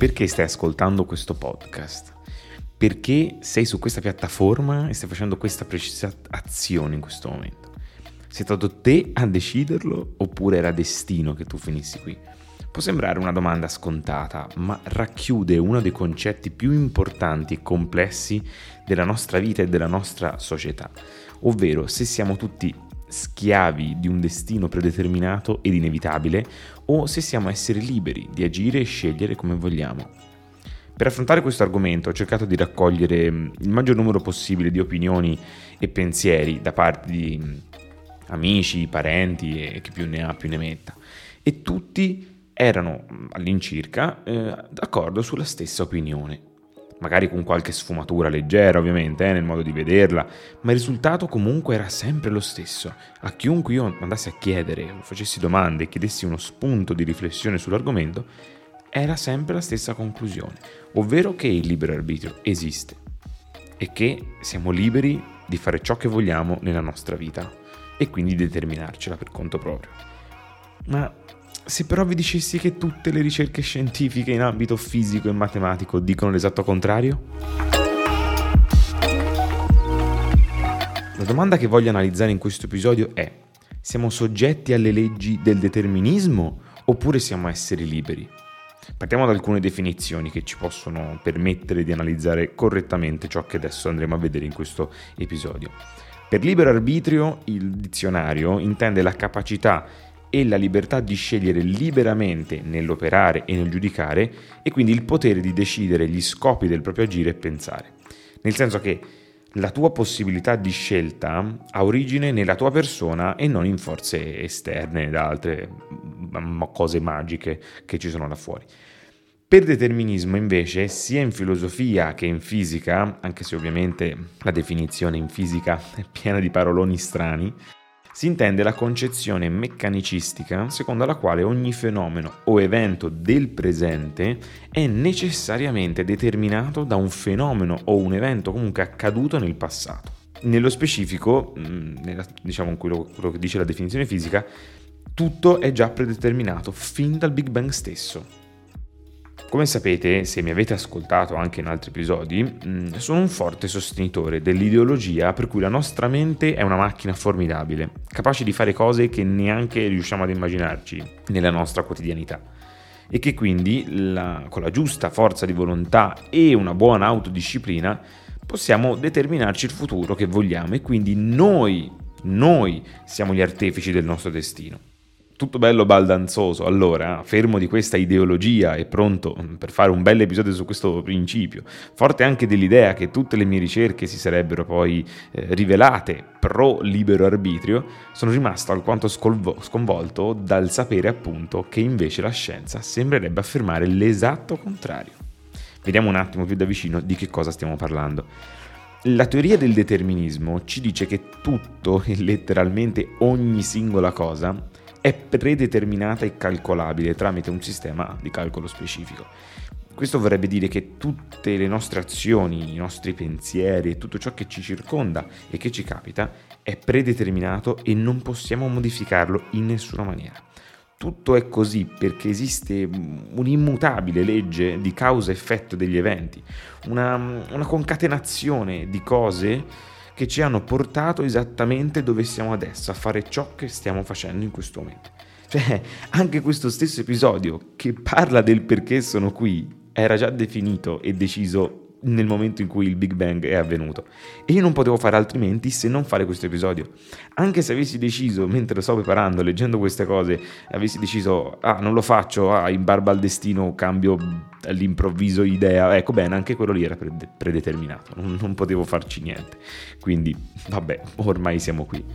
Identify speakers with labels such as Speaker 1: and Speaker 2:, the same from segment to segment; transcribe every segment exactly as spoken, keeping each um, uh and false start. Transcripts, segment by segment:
Speaker 1: perché stai ascoltando questo podcast? Perché sei su questa piattaforma e stai facendo questa precisa azione in questo momento? Sei stato te a deciderlo oppure era destino che tu finissi qui? Può sembrare una domanda scontata, ma racchiude uno dei concetti più importanti e complessi della nostra vita e della nostra società, ovvero se siamo tutti schiavi di un destino predeterminato ed inevitabile o se siamo esseri liberi di agire e scegliere come vogliamo. Per affrontare questo argomento ho cercato di raccogliere il maggior numero possibile di opinioni e pensieri da parte di amici, parenti e chi più ne ha più ne metta, e tutti erano all'incirca eh, d'accordo sulla stessa opinione, magari con qualche sfumatura leggera ovviamente eh, nel modo di vederla, ma il risultato comunque era sempre lo stesso. A chiunque io andassi a chiedere, o facessi domande e chiedessi uno spunto di riflessione sull'argomento, era sempre la stessa conclusione, ovvero che il libero arbitrio esiste e che siamo liberi di fare ciò che vogliamo nella nostra vita e quindi determinarcela per conto proprio. Ma se però vi dicessi che tutte le ricerche scientifiche in ambito fisico e matematico dicono l'esatto contrario? La domanda che voglio analizzare in questo episodio è: siamo soggetti alle leggi del determinismo oppure siamo esseri liberi? Partiamo da alcune definizioni che ci possono permettere di analizzare correttamente ciò che adesso andremo a vedere in questo episodio. Per libero arbitrio, il dizionario intende la capacità e la libertà di scegliere liberamente nell'operare e nel giudicare, e quindi il potere di decidere gli scopi del proprio agire e pensare. Nel senso che la tua possibilità di scelta ha origine nella tua persona e non in forze esterne da altre cose magiche che ci sono là fuori. Per determinismo invece, sia in filosofia che in fisica, anche se ovviamente la definizione in fisica è piena di paroloni strani, si intende la concezione meccanicistica secondo la quale ogni fenomeno o evento del presente è necessariamente determinato da un fenomeno o un evento comunque accaduto nel passato. Nello specifico, nella, diciamo quello, quello che dice la definizione fisica, tutto è già predeterminato fin dal Big Bang stesso. Come sapete, se mi avete ascoltato anche in altri episodi, sono un forte sostenitore dell'ideologia per cui la nostra mente è una macchina formidabile, capace di fare cose che neanche riusciamo ad immaginarci nella nostra quotidianità, e che quindi la, con la giusta forza di volontà e una buona autodisciplina possiamo determinarci il futuro che vogliamo, e quindi noi, noi siamo gli artefici del nostro destino. Tutto bello baldanzoso, allora, fermo di questa ideologia e pronto per fare un bel episodio su questo principio, forte anche dell'idea che tutte le mie ricerche si sarebbero poi eh, rivelate pro libero arbitrio, sono rimasto alquanto scolvo- sconvolto dal sapere appunto che invece la scienza sembrerebbe affermare l'esatto contrario. Vediamo un attimo più da vicino di che cosa stiamo parlando. La teoria del determinismo ci dice che tutto e letteralmente ogni singola cosa è predeterminata e calcolabile tramite un sistema di calcolo specifico. Questo vorrebbe dire che tutte le nostre azioni, i nostri pensieri e tutto ciò che ci circonda e che ci capita è predeterminato e non possiamo modificarlo in nessuna maniera. Tutto è così perché esiste un'immutabile legge di causa-effetto degli eventi, una, una concatenazione di cose che ci hanno portato esattamente dove siamo adesso, a fare ciò che stiamo facendo in questo momento. Cioè, anche questo stesso episodio che parla del perché sono qui era già definito e deciso nel momento in cui il Big Bang è avvenuto, e io non potevo fare altrimenti se non fare questo episodio. Anche se avessi deciso, mentre lo sto preparando, leggendo queste cose, avessi deciso, ah non lo faccio, ah in barba al destino cambio all'improvviso idea, ecco bene, anche quello lì era predeterminato, non, non potevo farci niente, quindi vabbè, ormai siamo qui.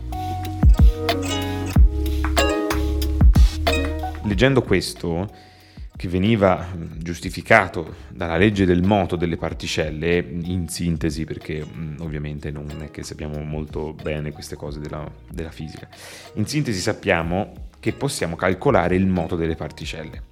Speaker 1: Leggendo questo, che veniva giustificato dalla legge del moto delle particelle, in sintesi, perché mh, ovviamente non è che sappiamo molto bene queste cose della, della fisica, in sintesi sappiamo che possiamo calcolare il moto delle particelle.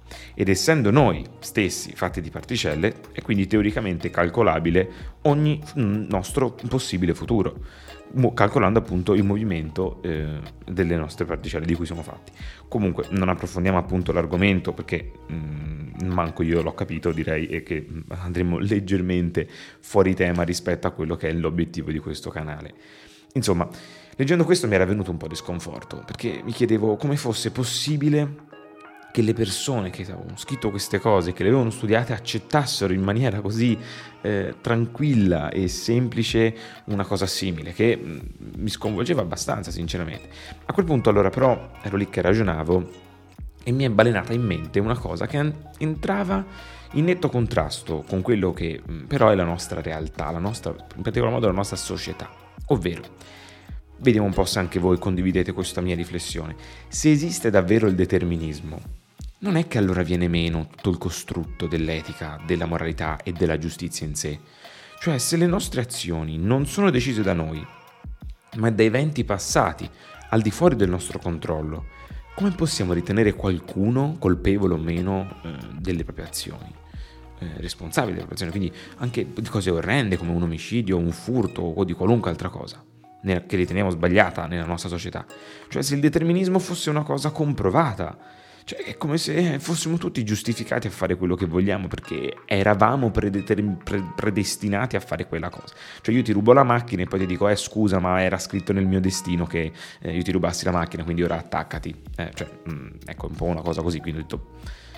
Speaker 1: ed essendo noi stessi fatti di particelle è quindi teoricamente calcolabile ogni nostro possibile futuro, calcolando appunto il movimento eh, delle nostre particelle di cui siamo fatti. Comunque non approfondiamo appunto l'argomento perché mh, manco io l'ho capito, direi, e che andremo leggermente fuori tema rispetto a quello che è l'obiettivo di questo canale. Insomma, leggendo questo mi era venuto un po' di sconforto, perché mi chiedevo come fosse possibile che le persone che avevano scritto queste cose, che le avevano studiate, accettassero in maniera così eh, tranquilla e semplice una cosa simile, che mh, mi sconvolgeva abbastanza, sinceramente. A quel punto allora però ero lì che ragionavo e mi è balenata in mente una cosa che entrava in netto contrasto con quello che mh, però è la nostra realtà, la nostra, in particolar modo la nostra società, ovvero, vediamo un po' se anche voi condividete questa mia riflessione, se esiste davvero il determinismo, non è che allora viene meno tutto il costrutto dell'etica, della moralità e della giustizia in sé. Cioè, se le nostre azioni non sono decise da noi, ma da eventi passati, al di fuori del nostro controllo, come possiamo ritenere qualcuno colpevole o meno eh, delle proprie azioni? Eh, responsabile delle proprie azioni, quindi anche di cose orrende come un omicidio, un furto o di qualunque altra cosa che riteniamo sbagliata nella nostra società. Cioè, se il determinismo fosse una cosa comprovata, cioè è come se fossimo tutti giustificati a fare quello che vogliamo perché eravamo predeterm- pre- predestinati a fare quella cosa. Cioè io ti rubo la macchina e poi ti dico eh scusa ma era scritto nel mio destino che eh, io ti rubassi la macchina, quindi ora attaccati. Eh, cioè mh, ecco un po' una cosa così, quindi ho detto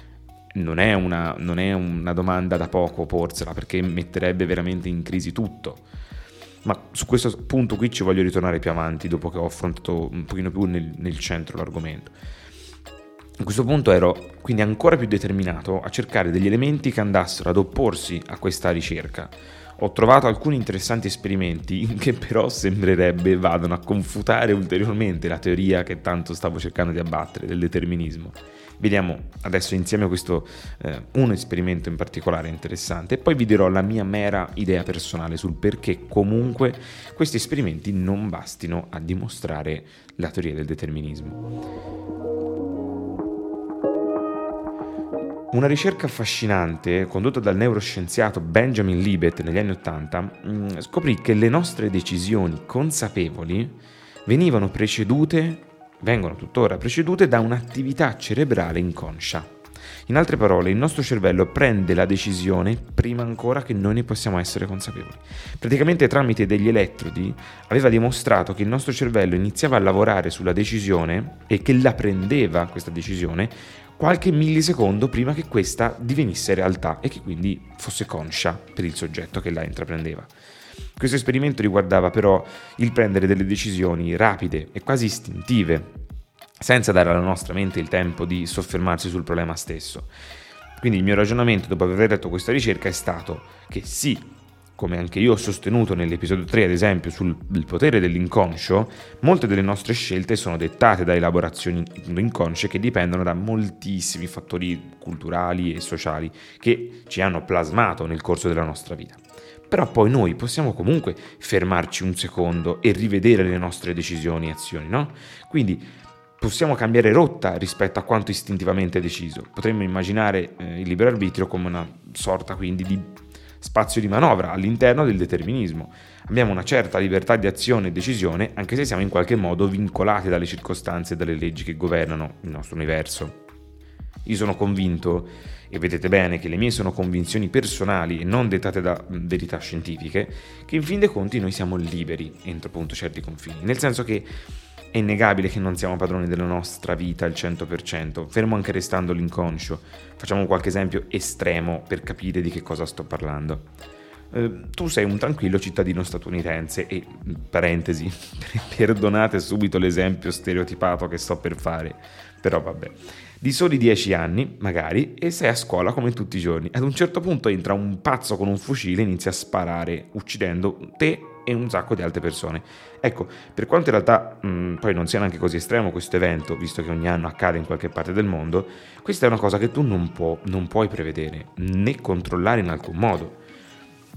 Speaker 1: non è una, non è una domanda da poco porsela perché metterebbe veramente in crisi tutto. Ma su questo punto qui ci voglio ritornare più avanti dopo che ho affrontato un pochino più nel, nel centro l'argomento. A questo punto ero quindi ancora più determinato a cercare degli elementi che andassero ad opporsi a questa ricerca. Ho trovato alcuni interessanti esperimenti che però sembrerebbe vadano a confutare ulteriormente la teoria che tanto stavo cercando di abbattere del determinismo. Vediamo adesso insieme questo eh, un esperimento in particolare interessante e poi vi dirò la mia mera idea personale sul perché comunque questi esperimenti non bastino a dimostrare la teoria del determinismo. Una ricerca affascinante condotta dal neuroscienziato Benjamin Libet negli anni Ottanta mh, scoprì che le nostre decisioni consapevoli venivano precedute, vengono tuttora precedute da un'attività cerebrale inconscia. In altre parole, il nostro cervello prende la decisione prima ancora che noi ne possiamo essere consapevoli. Praticamente tramite degli elettrodi aveva dimostrato che il nostro cervello iniziava a lavorare sulla decisione e che la prendeva questa decisione qualche millisecondo prima che questa divenisse realtà e che quindi fosse conscia per il soggetto che la intraprendeva. Questo esperimento riguardava però il prendere delle decisioni rapide e quasi istintive, senza dare alla nostra mente il tempo di soffermarsi sul problema stesso. Quindi il mio ragionamento dopo aver letto questa ricerca è stato che sì, come anche io ho sostenuto nell'episodio tre ad esempio sul potere dell'inconscio, molte delle nostre scelte sono dettate da elaborazioni inconsce che dipendono da moltissimi fattori culturali e sociali che ci hanno plasmato nel corso della nostra vita. Però poi noi possiamo comunque fermarci un secondo e rivedere le nostre decisioni e azioni, no? Quindi possiamo cambiare rotta rispetto a quanto istintivamente deciso. Potremmo immaginare eh, il libero arbitrio come una sorta quindi di spazio di manovra all'interno del determinismo. Abbiamo una certa libertà di azione e decisione, anche se siamo in qualche modo vincolati dalle circostanze e dalle leggi che governano il nostro universo. Io sono convinto, e vedete bene che le mie sono convinzioni personali e non dettate da verità scientifiche, che in fin dei conti noi siamo liberi entro appunto certi confini, nel senso che è innegabile che non siamo padroni della nostra vita al cento per cento, fermo anche restando l'inconscio. Facciamo qualche esempio estremo per capire di che cosa sto parlando. Eh, tu sei un tranquillo cittadino statunitense e, parentesi, perdonate subito l'esempio stereotipato che sto per fare, però vabbè, di soli dieci anni, magari, e sei a scuola come tutti i giorni. Ad un certo punto entra un pazzo con un fucile e inizia a sparare, uccidendo te e un sacco di altre persone. Ecco, per quanto in realtà mh, poi non sia neanche così estremo questo evento, visto che ogni anno accade in qualche parte del mondo, questa è una cosa che tu non, può, non puoi prevedere, né controllare in alcun modo.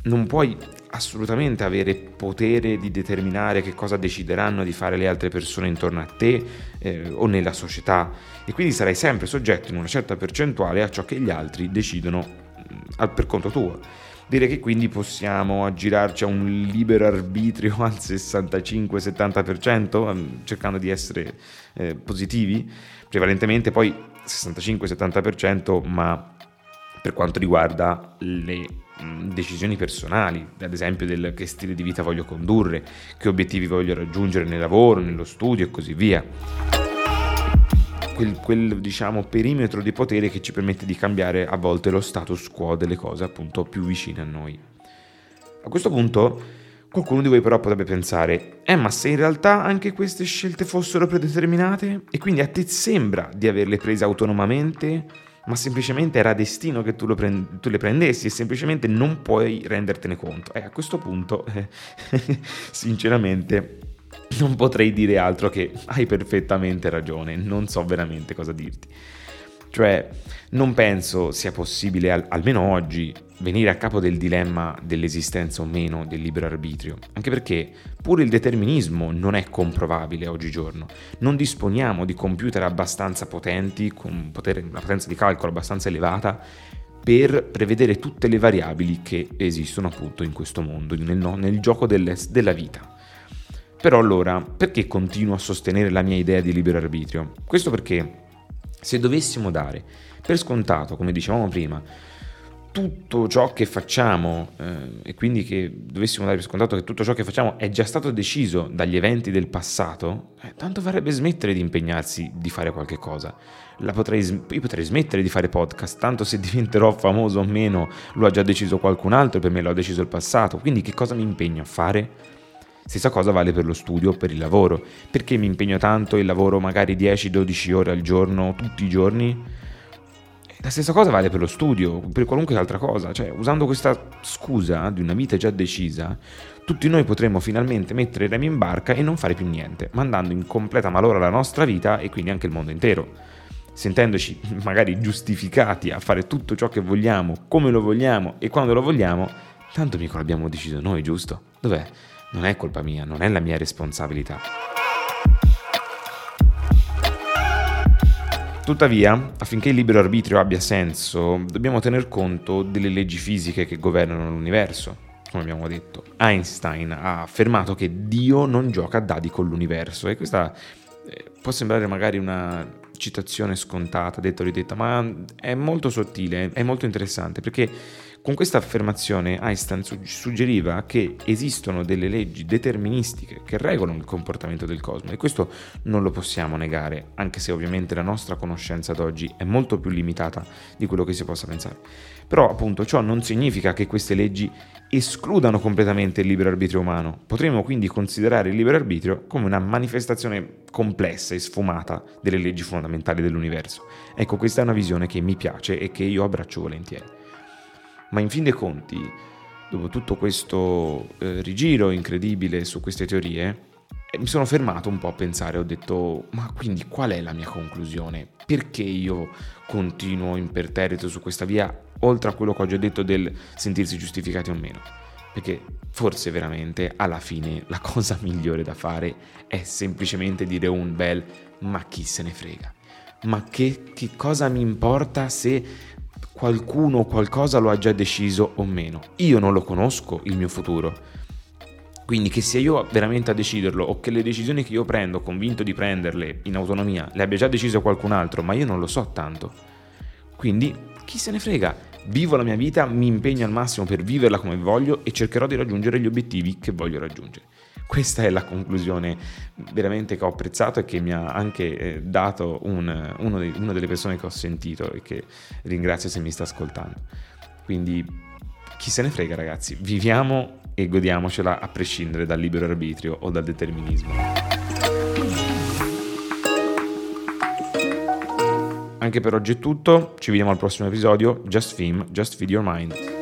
Speaker 1: non puoi assolutamente avere potere di determinare che cosa decideranno di fare le altre persone intorno a te eh, o nella società, e quindi sarai sempre soggetto in una certa percentuale a ciò che gli altri decidono mh, per conto tuo. Dire che quindi possiamo aggirarci a un libero arbitrio al sessantacinque settanta per cento, cercando di essere eh, positivi, prevalentemente poi sessantacinque settanta per cento, ma per quanto riguarda le mh, decisioni personali, ad esempio del che stile di vita voglio condurre, che obiettivi voglio raggiungere nel lavoro, nello studio e così via. Quel, quel diciamo perimetro di potere che ci permette di cambiare a volte lo status quo delle cose appunto più vicine a noi. A questo punto qualcuno di voi però potrebbe pensare eh ma se in realtà anche queste scelte fossero predeterminate e quindi a te sembra di averle prese autonomamente, ma semplicemente era destino che tu, lo prend- tu le prendessi e semplicemente non puoi rendertene conto. E eh, a questo punto eh, sinceramente non potrei dire altro che hai perfettamente ragione, non so veramente cosa dirti. Cioè, non penso sia possibile, al- almeno oggi, venire a capo del dilemma dell'esistenza o meno del libero arbitrio, anche perché pure il determinismo non è comprovabile oggigiorno. Non disponiamo di computer abbastanza potenti, con potere, una potenza di calcolo abbastanza elevata, per prevedere tutte le variabili che esistono appunto in questo mondo, nel, nel gioco delle, della vita. Però allora, perché continuo a sostenere la mia idea di libero arbitrio? Questo perché se dovessimo dare per scontato, come dicevamo prima, tutto ciò che facciamo eh, e quindi che dovessimo dare per scontato che tutto ciò che facciamo è già stato deciso dagli eventi del passato, eh, tanto varrebbe smettere di impegnarsi di fare qualche cosa. La potrei, io potrei smettere di fare podcast, tanto se diventerò famoso o meno lo ha già deciso qualcun altro, per me lo ha deciso il passato, quindi che cosa mi impegno a fare? Stessa cosa vale per lo studio o per il lavoro. Perché mi impegno tanto e lavoro magari dieci dodici ore al giorno, tutti i giorni? La stessa cosa vale per lo studio, per qualunque altra cosa. Cioè, usando questa scusa di una vita già decisa, tutti noi potremmo finalmente mettere i remi in barca e non fare più niente, mandando in completa malora la nostra vita e quindi anche il mondo intero. Sentendoci magari giustificati a fare tutto ciò che vogliamo, come lo vogliamo e quando lo vogliamo, tanto mica l'abbiamo deciso noi, giusto? Dov'è? Non è colpa mia, non è la mia responsabilità. Tuttavia, affinché il libero arbitrio abbia senso, dobbiamo tener conto delle leggi fisiche che governano l'universo. Come abbiamo detto, Einstein ha affermato che Dio non gioca a dadi con l'universo, e questa eh, può sembrare magari una citazione scontata, detta o ridetta, ma è molto sottile, è molto interessante, perché con questa affermazione Einstein suggeriva che esistono delle leggi deterministiche che regolano il comportamento del cosmo, e questo non lo possiamo negare, anche se ovviamente la nostra conoscenza d'oggi è molto più limitata di quello che si possa pensare. Però appunto ciò non significa che queste leggi escludano completamente il libero arbitrio umano. Potremmo quindi considerare il libero arbitrio come una manifestazione complessa e sfumata delle leggi fondamentali dell'universo. Ecco, questa è una visione che mi piace e che io abbraccio volentieri. Ma in fin dei conti, dopo tutto questo eh, rigiro incredibile su queste teorie, eh, mi sono fermato un po' a pensare, ho detto, ma quindi qual è la mia conclusione? Perché io continuo imperterrito su questa via, oltre a quello che ho già detto del sentirsi giustificati o meno? Perché forse veramente alla fine la cosa migliore da fare è semplicemente dire un bel ma chi se ne frega? Ma che, che cosa mi importa se qualcuno o qualcosa lo ha già deciso o meno? Io non lo conosco il mio futuro, quindi che sia io veramente a deciderlo o che le decisioni che io prendo, convinto di prenderle in autonomia, le abbia già decise qualcun altro, ma io non lo so tanto. Quindi chi se ne frega? Vivo la mia vita, mi impegno al massimo per viverla come voglio e cercherò di raggiungere gli obiettivi che voglio raggiungere. Questa è la conclusione veramente che ho apprezzato e che mi ha anche eh, dato un, uno dei, una delle persone che ho sentito e che ringrazio se mi sta ascoltando. Quindi chi se ne frega, ragazzi, viviamo e godiamocela a prescindere dal libero arbitrio o dal determinismo. Anche per oggi è tutto, ci vediamo al prossimo episodio. Just Film, Just Feed Your Mind.